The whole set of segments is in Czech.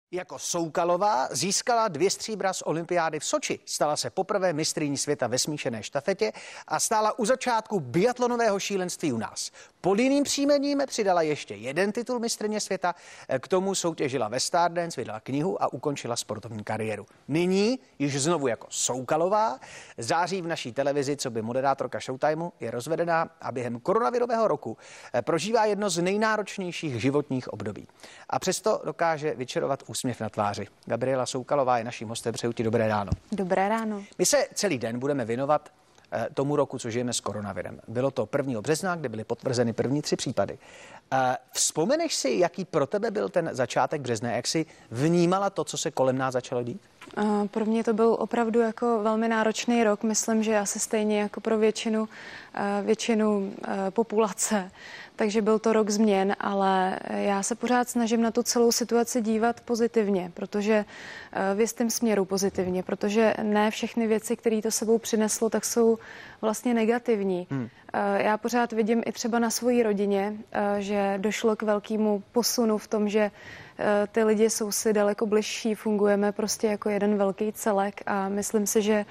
Jako Soukalová získala 2 stříbra z olympiády v Soči. Stala se poprvé mistryní světa ve smíšené štafetě a stála u začátku biatlonového šílenství u nás. Pod jiným příjmením přidala ještě 1 titul mistryně světa, k tomu soutěžila ve Stardance, vydala knihu a ukončila sportovní kariéru. Nyní již znovu jako Soukalová září v naší televizi, co by moderátorka Showtimeu, je rozvedená a během koronavirového roku prožívá jedno z nejnáročnějších životních období. A přesto dokáže vyčarovat úsměv na tváři. Gabriela Soukalová je naším hostem. Přeju ti dobré ráno. Dobré ráno. My se celý den budeme věnovat tomu roku, co žijeme s koronavirem. Bylo to 1. března, kde byly potvrzeny první 3 případy. Vzpomeneš si, jaký pro tebe byl ten začátek března, jak jsi vnímala to, co se kolem nás začalo dít? Pro mě to byl opravdu jako velmi náročný rok. Myslím, že asi stejně jako pro většinu populace. Takže byl to rok změn, ale já se pořád snažím na tu celou situaci dívat pozitivně, protože v jistém směru pozitivně, protože ne všechny věci, které to sebou přineslo, tak jsou vlastně negativní. Já pořád vidím i třeba na své rodině, že došlo k velkému posunu v tom, že ty lidi jsou si daleko bližší, fungujeme prostě jako jeden velký celek a myslím si, že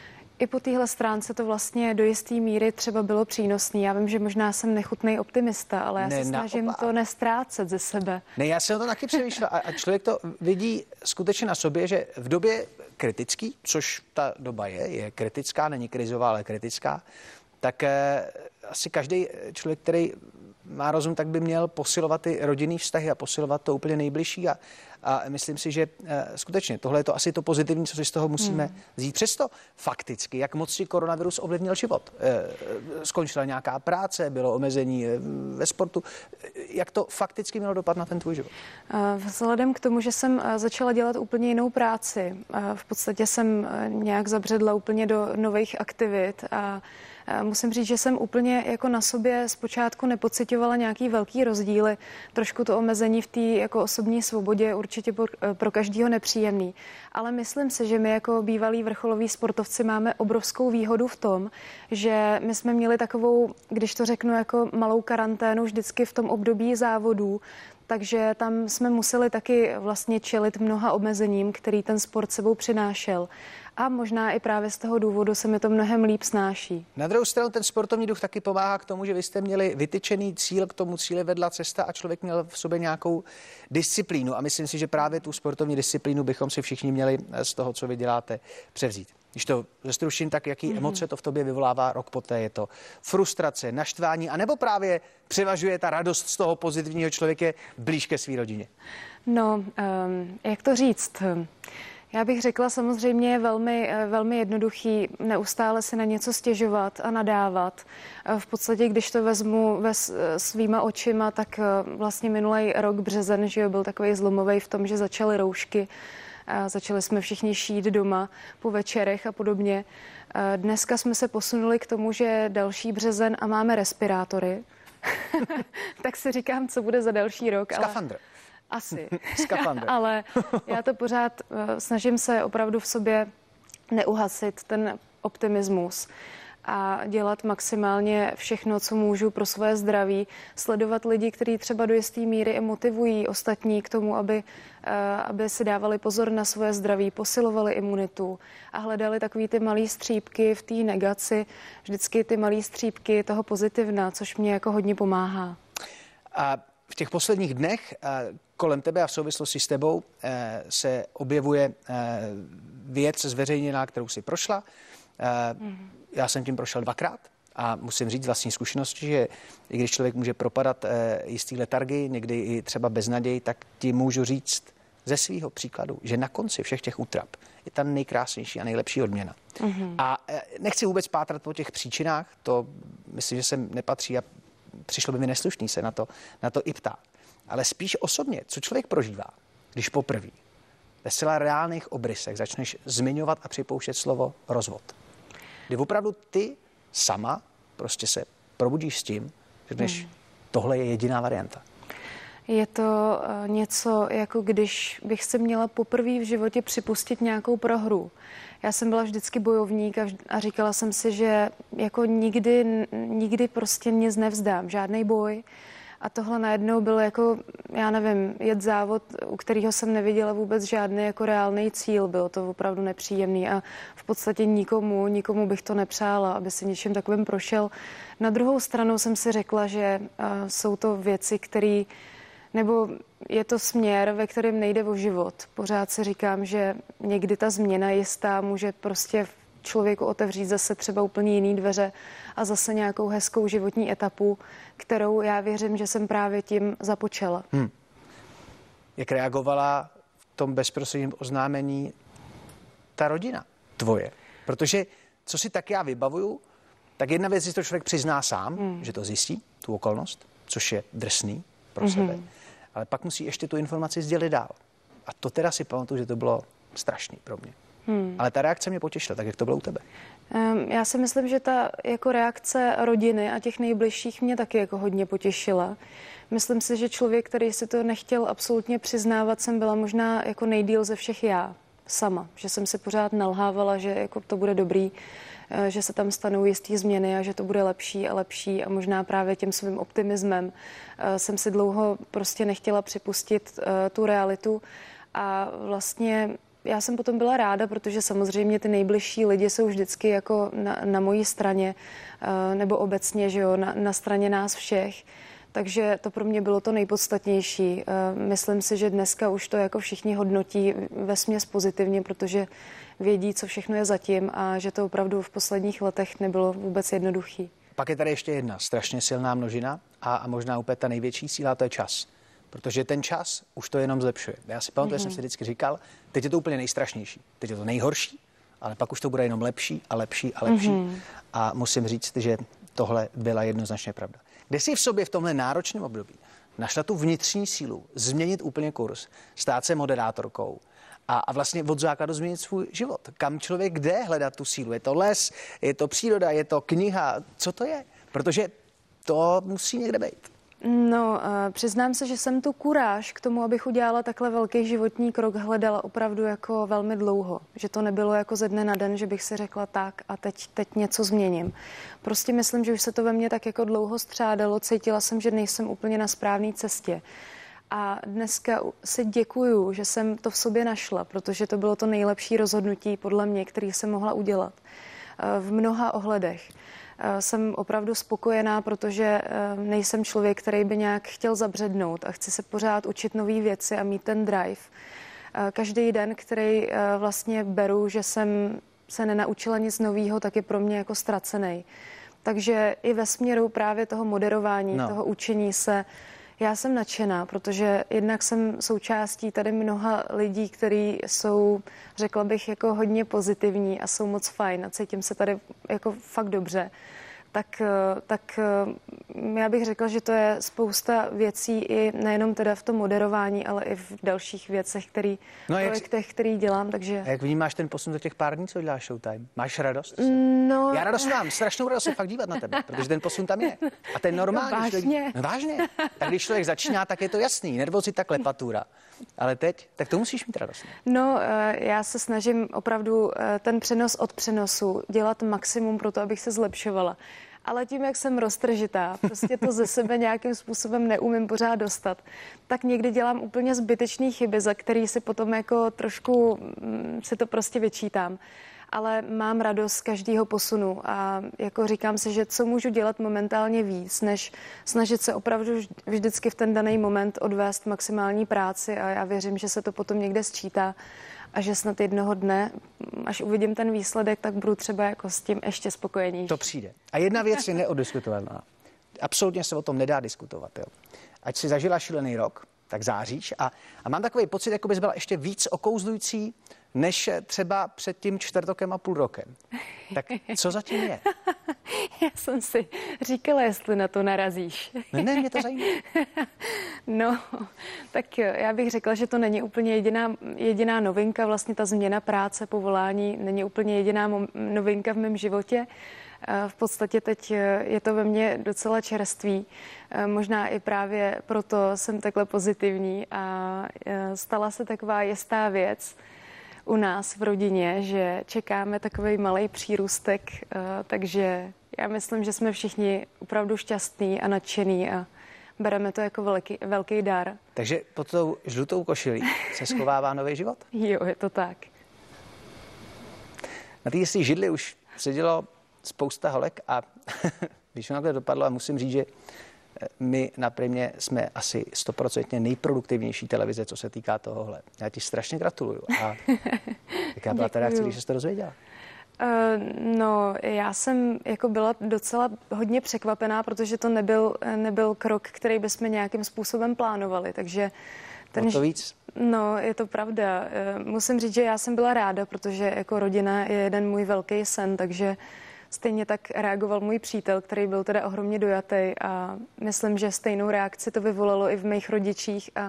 i po téhle stránce to vlastně do jisté míry třeba bylo přínosný. Já vím, že možná jsem nechutný optimista, ale já se snažím to nestrácet ze sebe. Ne, já jsem to taky přemýšlela a člověk to vidí skutečně na sobě, že v době kritický, což ta doba je kritická, není krizová, ale kritická, tak asi každý člověk, který má rozum, tak by měl posilovat ty rodinný vztahy a posilovat to úplně nejbližší a myslím si, že skutečně tohle je to asi to pozitivní, co si z toho musíme vzít. Přesto fakticky, jak moc si koronavirus ovlivnil život? Skončila nějaká práce, bylo omezení ve sportu. Jak to fakticky mělo dopad na ten tvůj život? Vzhledem k tomu, že jsem začala dělat úplně jinou práci, v podstatě jsem nějak zabředla úplně do nových aktivit a musím říct, že jsem úplně jako na sobě zpočátku nepocitovala nějaký velký rozdíly. Trošku to omezení v té jako osobní svobodě je určitě pro každého nepříjemný. Ale myslím si, že my jako bývalí vrcholoví sportovci máme obrovskou výhodu v tom, že my jsme měli takovou, když to řeknu, jako malou karanténu vždycky v tom období závodů, takže tam jsme museli taky vlastně čelit mnoha omezením, který ten sport sebou přinášel. A možná i právě z toho důvodu se mi to mnohem líp snáší. Na druhou stranu ten sportovní duch taky pomáhá k tomu, že vy jste měli vytyčený cíl, k tomu cíli vedla cesta a člověk měl v sobě nějakou disciplínu. A myslím si, že právě tu sportovní disciplínu bychom si všichni měli z toho, co vy děláte, převzít. Když to zestruším, tak jaký emoce to v tobě vyvolává rok poté? Je to frustrace, naštvání, anebo právě převažuje ta radost z toho pozitivního, člověk je blíž ke své rodině? No, jak to říct? Já bych řekla samozřejmě velmi jednoduchý, neustále si na něco stěžovat a nadávat. V podstatě, když to vezmu svýma očima, tak vlastně minulý rok březen, že byl takový zlomový v tom, že začaly roušky. Začali jsme všichni šít doma po večerech a podobně. Dneska jsme se posunuli k tomu, že další březen a máme respirátory. Tak si říkám, co bude za další rok. Skafandr. Asi. Skafandr. Ale já to pořád snažím se opravdu v sobě neuhasit ten optimismus a dělat maximálně všechno, co můžu pro svoje zdraví, sledovat lidi, kteří třeba do jisté míry motivují ostatní k tomu, aby si dávali pozor na svoje zdraví, posilovali imunitu a hledali takový ty malý střípky v té negaci, vždycky ty malý střípky toho pozitivna, což mě jako hodně pomáhá. A v těch posledních dnech kolem tebe a v souvislosti s tebou se objevuje věc zveřejněná, kterou si prošla. Já jsem tím prošel 2krát a musím říct vlastní zkušenosti, že i když člověk může propadat jistý letargii, někdy i třeba beznaději, tak ti můžu říct ze svého příkladu, že na konci všech těch útrap je ta nejkrásnější a nejlepší odměna. A nechci vůbec pátrat po těch příčinách, to myslím, že sem nepatří a přišlo by mi neslušný se na to i ptát. Ale spíš osobně, co člověk prožívá, když poprvé ve zcela reálných obrysech začneš zmiňovat a připouštět slovo rozvod. Kdy opravdu ty sama prostě se probudíš s tím, že dneš, tohle je jediná varianta. Je to něco, jako když bych se měla poprvé v životě připustit nějakou prohru. Já jsem byla vždycky bojovník a říkala jsem si, že jako nikdy prostě nic nevzdám, žádný boj. A tohle najednou bylo jako, já nevím, jet závod, u kterého jsem neviděla vůbec žádný jako reálný cíl. Bylo to opravdu nepříjemný a v podstatě nikomu bych to nepřála, aby si něčím takovým prošel. Na druhou stranu jsem si řekla, že jsou to věci, které, nebo je to směr, ve kterém nejde o život. Pořád si říkám, že někdy ta změna jistá může prostě člověku otevřít zase třeba úplně jiný dveře a zase nějakou hezkou životní etapu, kterou já věřím, že jsem právě tím započala. Jak reagovala v tom bezprostředním oznámení ta rodina tvoje? Protože, co si tak já vybavuju, tak jedna věc, že to člověk přizná sám, že to zjistí, tu okolnost, což je drsný pro sebe, ale pak musí ještě tu informaci sdělit dál. A to teda si pamatuju, že to bylo strašný pro mě. Ale ta reakce mě potěšila, tak jak to bylo u tebe? Já si myslím, že ta jako reakce rodiny a těch nejbližších mě taky jako hodně potěšila. Myslím si, že člověk, který si to nechtěl absolutně přiznávat, jsem byla možná jako nejdýl ze všech já sama. Že jsem si pořád nalhávala, že jako to bude dobrý, že se tam stanou jistý změny a že to bude lepší a možná právě tím svým optimismem jsem si dlouho prostě nechtěla připustit tu realitu a vlastně já jsem potom byla ráda, protože samozřejmě ty nejbližší lidi jsou vždycky jako na mojí straně nebo obecně, že jo, na straně nás všech. Takže to pro mě bylo to nejpodstatnější. Myslím si, že dneska už to jako všichni hodnotí vesměs pozitivně, protože vědí, co všechno je zatím a že to opravdu v posledních letech nebylo vůbec jednoduchý. Pak je tady ještě jedna strašně silná množina a možná úplně ta největší síla, to je čas. Protože ten čas už to jenom zlepšuje. Já si pamatuju, jsem si vždycky říkal, teď je to úplně nejstrašnější, teď je to nejhorší, ale pak už to bude jenom lepší a lepší a lepší. A musím říct, že tohle byla jednoznačně pravda. Kde jsi v sobě v tomhle náročném období našla tu vnitřní sílu změnit úplně kurz, stát se moderátorkou a vlastně od základu změnit svůj život? Kam člověk jde hledat tu sílu? Je to les, je to příroda, je to kniha? Co to je? Protože to musí někde být. No, přiznám se, že jsem tu kuráž k tomu, abych udělala takhle velký životní krok, hledala opravdu jako velmi dlouho. Že to nebylo jako ze dne na den, že bych si řekla tak a teď něco změním. Prostě myslím, že už se to ve mně tak jako dlouho střádalo, cítila jsem, že nejsem úplně na správné cestě. A dneska si děkuju, že jsem to v sobě našla, protože to bylo to nejlepší rozhodnutí podle mě, který jsem mohla udělat v mnoha ohledech. Jsem opravdu spokojená, protože nejsem člověk, který by nějak chtěl zabřednout a chci se pořád učit nové věci a mít ten drive. Každý den, který vlastně beru, že jsem se nenaučila nic nového, tak je pro mě jako ztracený. Takže i ve směru právě toho moderování, toho učení se, já jsem nadšená, protože jednak jsem součástí tady mnoha lidí, kteří jsou, řekla bych, jako hodně pozitivní a jsou moc fajn a cítím se tady jako fakt dobře. Tak já bych řekla, že to je spousta věcí i nejenom teda v tom moderování, ale i v dalších věcech, projektech, který dělám, takže... A jak vnímáš ten posun za těch pár dní, co děláš Showtime? Máš radost? No... Já radost mám, strašnou radost se fakt dívat na tebe, protože ten posun tam je. A ten normální... No, vážně? Vážně. Tak když člověk začíná, tak je to jasný, nervozita, klepatura. Ale teď, tak to musíš mít radost. No, já se snažím opravdu ten přenos od přenosu dělat maximum pro to, abych se zlepšovala. Ale tím, jak jsem roztržitá, prostě to ze sebe nějakým způsobem neumím pořád dostat, tak někdy dělám úplně zbytečné chyby, za který si potom jako trošku si to prostě vyčítám. Ale mám radost z každého posunu a jako říkám si, že co můžu dělat momentálně víc, než snažit se opravdu vždycky v ten daný moment odvést maximální práci a já věřím, že se to potom někde sčítá a že snad jednoho dne, až uvidím ten výsledek, tak budu třeba jako s tím ještě spokojenější. To přijde. A jedna věc je neodiskutovatelná. Absolutně se o tom nedá diskutovat. Jo. Ať si zažila šílený rok, tak záříš a mám takový pocit, jako bys byla ještě víc okouzlující, než třeba před tím 4,5 rokem. Tak co zatím je? Já jsem si říkala, jestli na to narazíš. Ne, mě to zajímá. No, tak já bych řekla, že to není úplně jediná novinka, vlastně ta změna práce, povolání není úplně jediná novinka v mém životě. V podstatě teď je to ve mně docela čerstvý. Možná i právě proto jsem takhle pozitivní a stala se taková jistá věc u nás v rodině, že čekáme takový malý přírůstek, takže já myslím, že jsme všichni opravdu šťastní a nadšený a bereme to jako velký dar. Takže pod tou žlutou košilí se schovává nový život? Jo, je to tak. Na té židli už sedělo spousta holek a když to takhle dopadlo, a musím říct, že my na Primě jsme asi 100% nejproduktivnější televize, co se týká tohohle. Já ti strašně gratuluju. A jaká byla ta reakce, když jsi to dozvěděla? No, já jsem jako byla docela hodně překvapená, protože to nebyl krok, který bychom nějakým způsobem plánovali, takže To víc? No, je to pravda. Musím říct, že já jsem byla ráda, protože jako rodina je jeden můj velký sen, takže stejně tak reagoval můj přítel, který byl teda ohromně dojatý a myslím, že stejnou reakci to vyvolalo i v mých rodičích a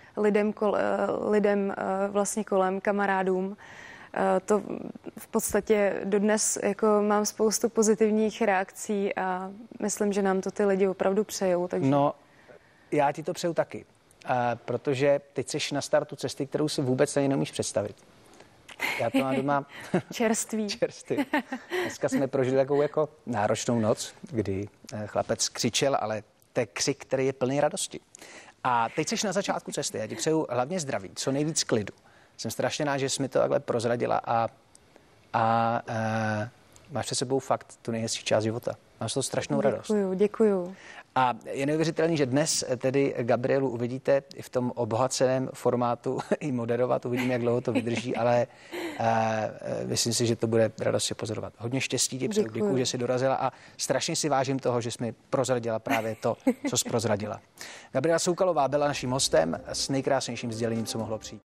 lidem vlastně kolem, kamarádům. To v podstatě dodnes jako mám spoustu pozitivních reakcí a myslím, že nám to ty lidi opravdu přejou. Takže... No, já ti to přeju taky, protože teď jsi na startu cesty, kterou si vůbec ani nemůžeš představit. Já to mám doma čerství. Dneska jsme prožili takovou jako náročnou noc, kdy chlapec křičel, ale to je křik, který je plný radosti. A teď jsi na začátku cesty. Já ti přeju hlavně zdraví, co nejvíc klidu. Jsem strašně rád, že jsi mi to takhle prozradila a máš před sebou fakt tu nejhezčí část života. Máš to strašnou radost. Děkuju. A je neuvěřitelný, že dnes tedy Gabrielu uvidíte i v tom obohaceném formátu i moderovat. Uvidíme, jak dlouho to vydrží, ale myslím si, že to bude radost si pozorovat. Hodně štěstí ti přeju. Děkuju, že jsi dorazila a strašně si vážím toho, že jsi mi prozradila právě to, co jsi prozradila. Gabriela Soukalová byla naším hostem s nejkrásnějším sdělením, co mohlo přijít.